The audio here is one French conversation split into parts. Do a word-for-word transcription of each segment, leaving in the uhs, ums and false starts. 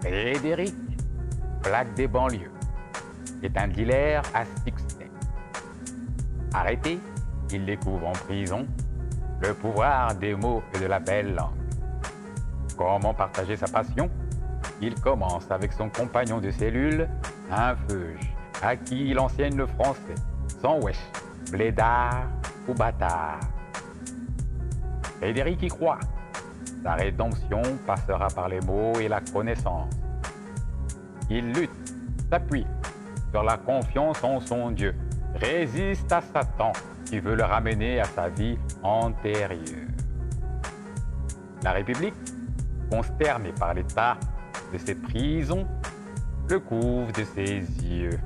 Frédéric, plaque des banlieues, est un dealer à succès. Arrêté, il découvre en prison le pouvoir des mots et de la belle langue. Comment partager sa passion? Il commence avec son compagnon de cellule, un feuge, à qui il enseigne le français, sans wesh, blédard ou bâtard. Frédéric y croit. Sa rédemption passera par les mots et la connaissance. Il lutte, s'appuie sur la confiance en son Dieu, résiste à Satan qui veut le ramener à sa vie antérieure. La République, consternée par l'état de ses prisons, le couvre de ses yeux.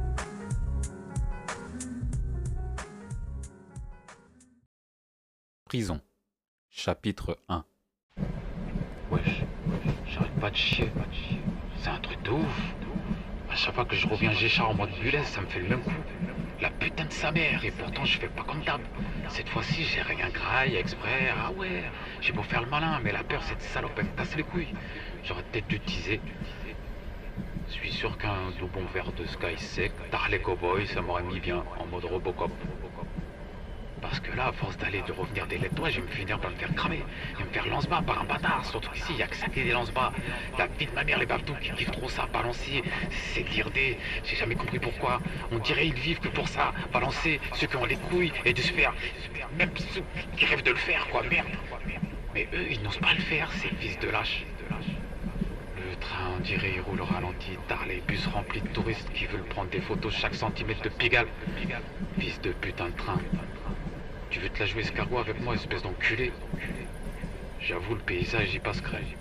Prison, chapitre un. Wesh, j'arrête pas de chier. C'est un truc de ouf. À chaque fois que je reviens Géchard en mode bullet, ça me fait le même coup. La putain de sa mère, et pourtant je fais pas comme d'hab. Cette fois-ci, j'ai rien graille exprès. Ah ouais, j'ai beau faire le malin, mais la peur, cette salope, elle me casse les couilles. J'aurais peut-être dû teaser. Je suis sûr qu'un doublon vert de Sky sec, Tarlet Cowboy, ça m'aurait mis bien, en mode Robocop. Parce que là, à force d'aller de revenir des lettres, je vais me finir par me faire cramer et me faire lance-bas par un bâtard. Surtout qu'ici, il n'y a que ça qui est des lance-bas. La vie de ma mère, les bavdous qui kiffent trop ça, balancer, c'est de l'irder. J'ai jamais compris pourquoi. On dirait ils vivent que pour ça, balancer ceux qui ont les couilles et de se faire, même ceux qui rêvent de le faire, quoi, merde. Mais eux, ils n'osent pas le faire, ces fils de lâches. Le train, on dirait, il roule au ralenti, tard les bus remplis de touristes qui veulent prendre des photos chaque centimètre de Pigalle. Fils de putain de train. Tu veux te la jouer escargot avec moi, espèce d'enculé? J'avoue, le paysage y passe crème.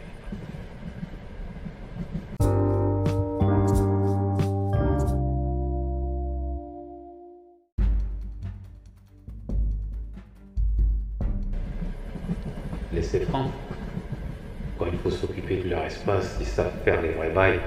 Laissez francs. Quand il faut s'occuper de leur espace, ils savent faire les vrais bails.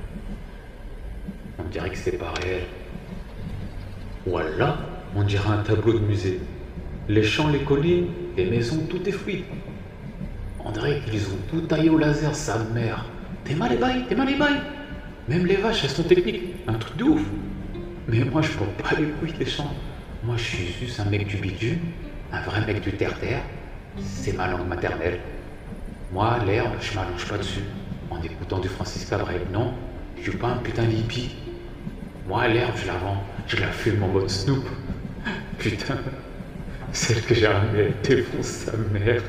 On dirait que c'est pas réel. Voilà, on dirait un tableau de musée. Les champs, les collines, les maisons, tout est fluide. On dirait qu'ils ont tout taillé au laser, sa mère. T'es mal les bails, t'es mal les bails. Même les vaches, elles sont techniques. Un truc de ouf. Mais moi, je porte pas les couilles des champs. Moi, je suis juste un mec du bitume, un vrai mec du terre-terre. C'est ma langue maternelle. Moi, l'herbe, je m'allonge pas dessus. En écoutant du Francis Cabrel, non, je suis pas un putain d'hippie. Moi, l'herbe, je la vends, je la fume en mode Snoop. Putain, celle que j'ai ramenée, elle défonce sa mère.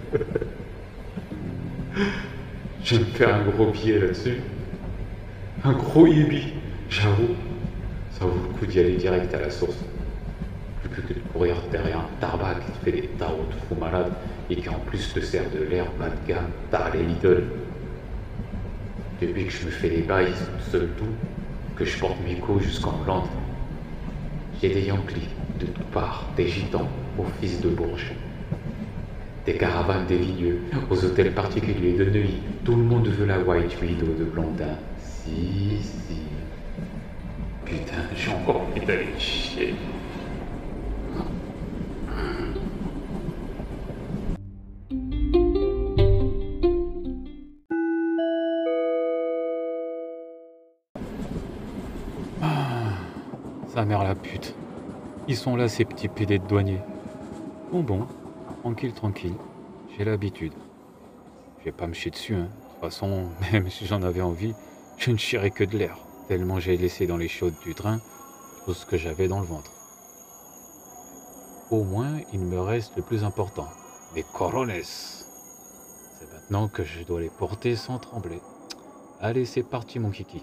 Je vais me faire un gros billet là-dessus. Un gros hippie, j'avoue. Ça vaut le coup d'y aller direct à la source. Plus que de courir derrière un tarbat qui te fait des tarots de fou malade et qui en plus te sert de l'herbe bas de gamme, par les Lidl. Depuis que je me fais les bails seul tout, que je porte mes coups jusqu'en Hollande, j'ai des Yankees de toutes parts, des gitans aux fils de Bourges, des caravanes des vigneux aux hôtels particuliers de Neuilly. Tout le monde veut la White Widow de Blondin. Si, si. Putain, j'ai encore envie d'aller chier. Sa mère la pute. Ils sont là ces petits pédés de douaniers. Bon bon, tranquille, tranquille. J'ai l'habitude. Je vais pas me chier dessus, hein. De toute façon, même si j'en avais envie, je ne chierais que de l'air. Tellement j'ai laissé dans les chaudes du train tout ce que j'avais dans le ventre. Au moins, il me reste le plus important. Les corones. C'est maintenant que je dois les porter sans trembler. Allez, c'est parti mon kiki.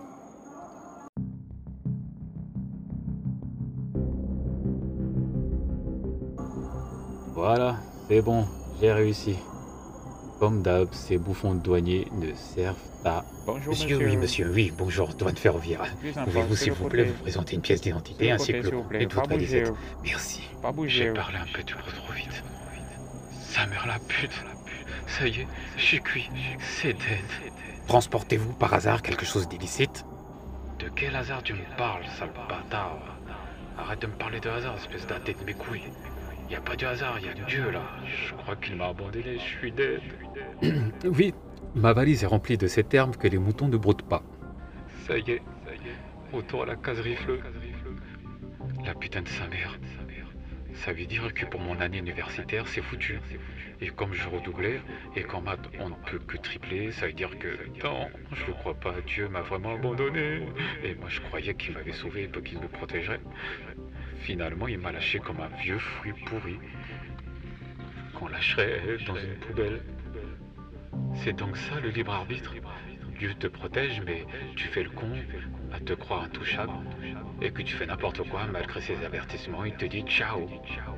Voilà, c'est bon, j'ai réussi. Comme d'hab, ces bouffons de douaniers ne servent à... Bonjour Monsieur, monsieur, oui, monsieur, oui, bonjour, douane ferroviaire. Plus un Pouvez-vous, pas, s'il vous plaît, vous présenter une pièce d'identité S'il vous ainsi que plaît, le s'il vous plaît, contenu de votre pas bouger, valise? oh. Merci. Pas bouger. J'ai oh. parlé un peu trop, trop vite. Sa mère la pute. Ça y est, je suis cuit. C'est dead. Transportez-vous par hasard quelque chose d'illicite? De quel hasard tu me parles, sale bâtard? Arrête de me parler de hasard, espèce d'athée de mes couilles. Y a pas de hasard, y a Dieu là. Je crois qu'il m'a abandonné, je suis dead. Oui, Ma valise est remplie de ces termes que les moutons ne broutent pas. Ça y est, retour à la case rifleux. La putain de sa mère. Ça veut dire que pour mon année universitaire, c'est foutu. Et comme je redoublais, et qu'en maths, on ne peut que tripler, ça veut dire que non, je ne crois pas, Dieu m'a vraiment abandonné. Et moi, je croyais qu'il m'avait sauvé et qu'il me protégerait. Finalement, il m'a lâché comme un vieux fruit pourri qu'on lâcherait dans une poubelle. C'est donc ça le libre arbitre. Dieu te protège, mais tu fais le con à te croire intouchable et que tu fais n'importe quoi malgré ses avertissements. Il te dit ciao.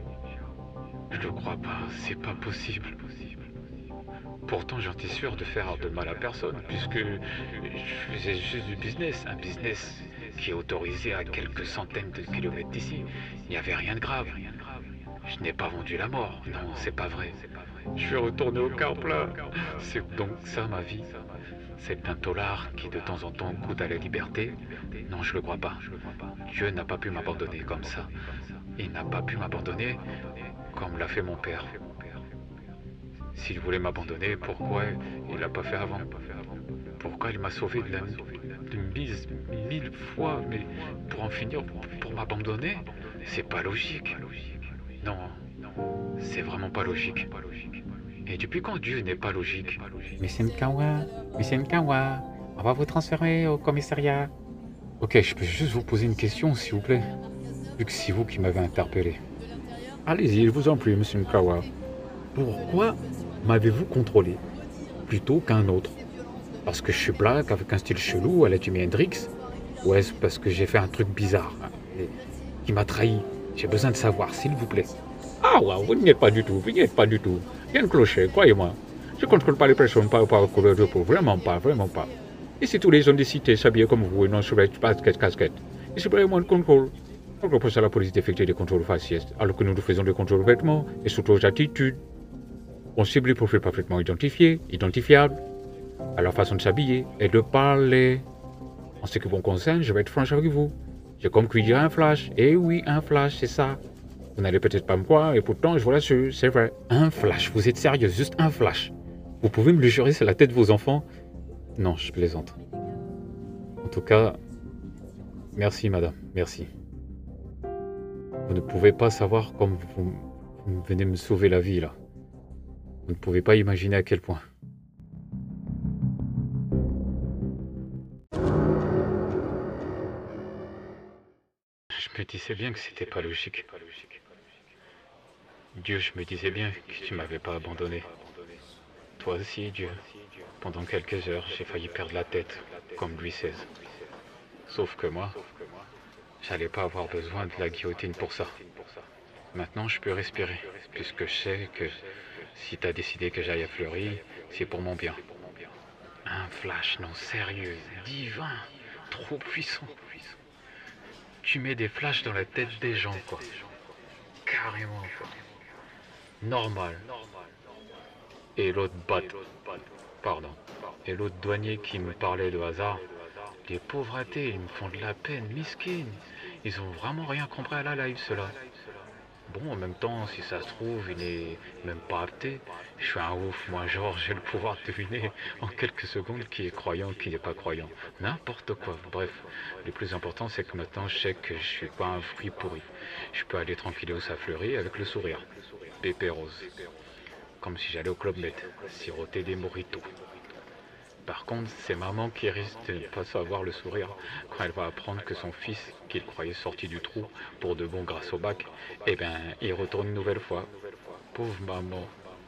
Je ne crois pas, c'est pas possible. Pourtant, j'en étais sûr de faire de mal à personne, puisque je faisais juste du business, un business qui est autorisé à quelques centaines de kilomètres d'ici. Il n'y avait rien de grave. Je n'ai pas vendu la mort, non, c'est pas vrai. Je suis retourné au quart plat. C'est donc ça ma vie. C'est un tolard qui de temps en temps goûte à la liberté. Non, je le crois pas. Dieu n'a pas pu m'abandonner comme ça. Il n'a pas pu m'abandonner comme l'a fait mon père. S'il voulait m'abandonner, pourquoi il l'a pas fait avant? Pourquoi il m'a sauvé de la d'une bise mille fois, mais pour en finir, pour m'abandonner? C'est pas logique. Non, c'est vraiment pas logique. Et depuis quand Dieu n'est pas logique? Monsieur Nkawa, Monsieur Nkawa, on va vous transférer au commissariat. Ok, je peux juste vous poser une question, s'il vous plaît, vu que c'est vous qui m'avez interpellé. Allez-y, je vous en prie, Monsieur Nkawa. Pourquoi m'avez-vous contrôlé plutôt qu'un autre? Parce que je suis black avec un style chelou à la Jimi Hendrix? Ou est-ce parce que j'ai fait un truc bizarre et qui m'a trahi? J'ai besoin de savoir, s'il vous plaît. Ah ouais, vous n'y êtes pas du tout, vous n'y êtes pas du tout. Il y a un clocher, croyez-moi. Je ne contrôle pas les personnes par rapport à la couleur de peau, vraiment pas, vraiment pas. Ici, tous les gens des cités s'habillent comme vous et non sur les baskets, casquettes. Ici, vraiment le contrôle. On propose à la police d'effectuer des contrôles faciès, alors que nous nous faisons des contrôles vêtements et surtout aux attitudes. On cible les profils parfaitement identifiés, identifiables, à leur façon de s'habiller et de parler. En ce qui vous concerne, je vais être franche avec vous. J'ai compris dire un flash. Eh oui, un flash, c'est ça. Vous n'allez peut-être pas me croire, et pourtant, je vous l'assure, c'est vrai. Un flash, vous êtes sérieux, juste un flash. Vous pouvez me le jurer, c'est la tête de vos enfants? Non, je plaisante. En tout cas, merci madame, merci. Vous ne pouvez pas savoir comme vous, vous venez me sauver la vie là. Vous ne pouvez pas imaginer à quel point. Je me disais bien que c'était pas logique. Dieu, je me disais bien que tu m'avais pas abandonné. Toi aussi, Dieu. Pendant quelques heures, j'ai failli perdre la tête, comme Louis seize. Sauf que moi, j'allais pas avoir besoin de la guillotine pour ça. Maintenant, je peux respirer, puisque je sais que si t'as décidé que j'aille à Fleury, c'est pour mon bien. Un flash, non, sérieux, divin, trop puissant. Tu mets des flashs dans la tête des gens, quoi. Carrément, quoi. Normal. Et l'autre bat. Pardon. Et l'autre douanier qui me parlait de hasard. Les pauvretés, ils me font de la peine, miskines. Ils ont vraiment rien compris à la live, ceux-là. Bon, en même temps, si ça se trouve, il n'est même pas apté. Je suis un ouf, moi, genre, j'ai le pouvoir de deviner en quelques secondes qui est croyant, qui n'est pas croyant. N'importe quoi. Bref, le plus important, c'est que maintenant, je sais que je suis pas un fruit pourri. Je peux aller tranquillement à Fleury avec le sourire. Pépé rose. Comme si j'allais au Club Med, siroter des mojitos. Par contre, c'est maman qui risque de ne pas savoir le sourire quand elle va apprendre que son fils, qu'il croyait sorti du trou pour de bon grâce au bac, eh ben, il retourne une nouvelle fois. Pauvre maman.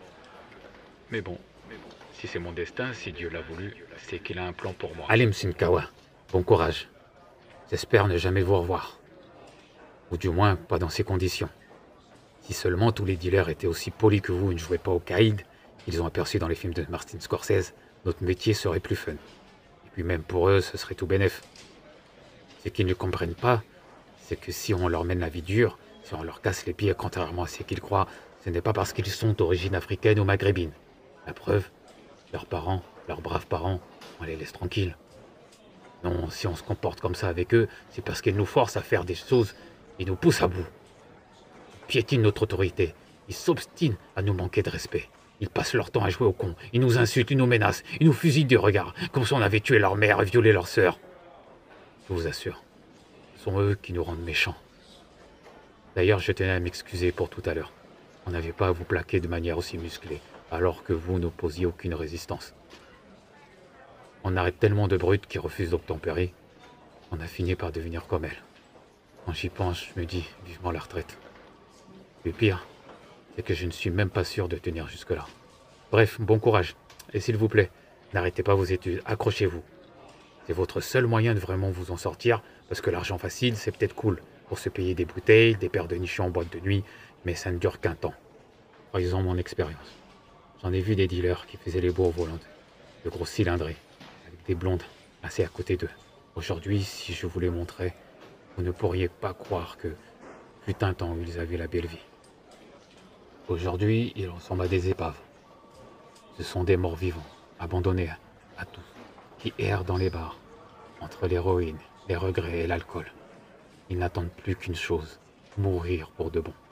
Mais bon, si c'est mon destin, si Dieu l'a voulu, c'est qu'il a un plan pour moi. Allez, Monsieur Nkawa, bon courage. J'espère ne jamais vous revoir. Ou du moins, pas dans ces conditions. Si seulement tous les dealers étaient aussi polis que vous et ne jouaient pas au caïd, qu'ils ont aperçu dans les films de Martin Scorsese, notre métier serait plus fun. Et puis même pour eux, ce serait tout bénef. Ce qu'ils ne comprennent pas, c'est que si on leur mène la vie dure, si on leur casse les pieds contrairement à ce qu'ils croient, ce n'est pas parce qu'ils sont d'origine africaine ou maghrébine. La preuve, leurs parents, leurs braves parents, on les laisse tranquilles. Non, si on se comporte comme ça avec eux, c'est parce qu'ils nous forcent à faire des choses et nous poussent à bout. Ils piétinent notre autorité, ils s'obstinent à nous manquer de respect. Ils passent leur temps à jouer au con. Ils nous insultent, ils nous menacent, ils nous fusillent du regard, comme si on avait tué leur mère et violé leur sœur. Je vous assure, ce sont eux qui nous rendent méchants. D'ailleurs, je tenais à m'excuser pour tout à l'heure. On n'avait pas à vous plaquer de manière aussi musclée, alors que vous n'opposiez aucune résistance. On arrête tellement de brutes qui refusent d'obtempérer, on a fini par devenir comme elles. Quand j'y pense, je me dis vivement la retraite. Le pire, c'est que je ne suis même pas sûr de tenir jusque-là. Bref, bon courage. Et s'il vous plaît, n'arrêtez pas vos études, accrochez-vous. C'est votre seul moyen de vraiment vous en sortir, parce que l'argent facile, c'est peut-être cool, pour se payer des bouteilles, des paires de nichons en boîte de nuit, mais ça ne dure qu'un temps. Croyez-en mon expérience. J'en ai vu des dealers qui faisaient les beaux au volant, de gros cylindrés, avec des blondes assez à côté d'eux. Aujourd'hui, si je vous les montrais, vous ne pourriez pas croire que fut un temps où ils avaient la belle vie. Aujourd'hui, ils ressemblent à des épaves. Ce sont des morts vivants, abandonnés à tous, qui errent dans les bars, entre l'héroïne, les regrets et l'alcool. Ils n'attendent plus qu'une chose, mourir pour de bon.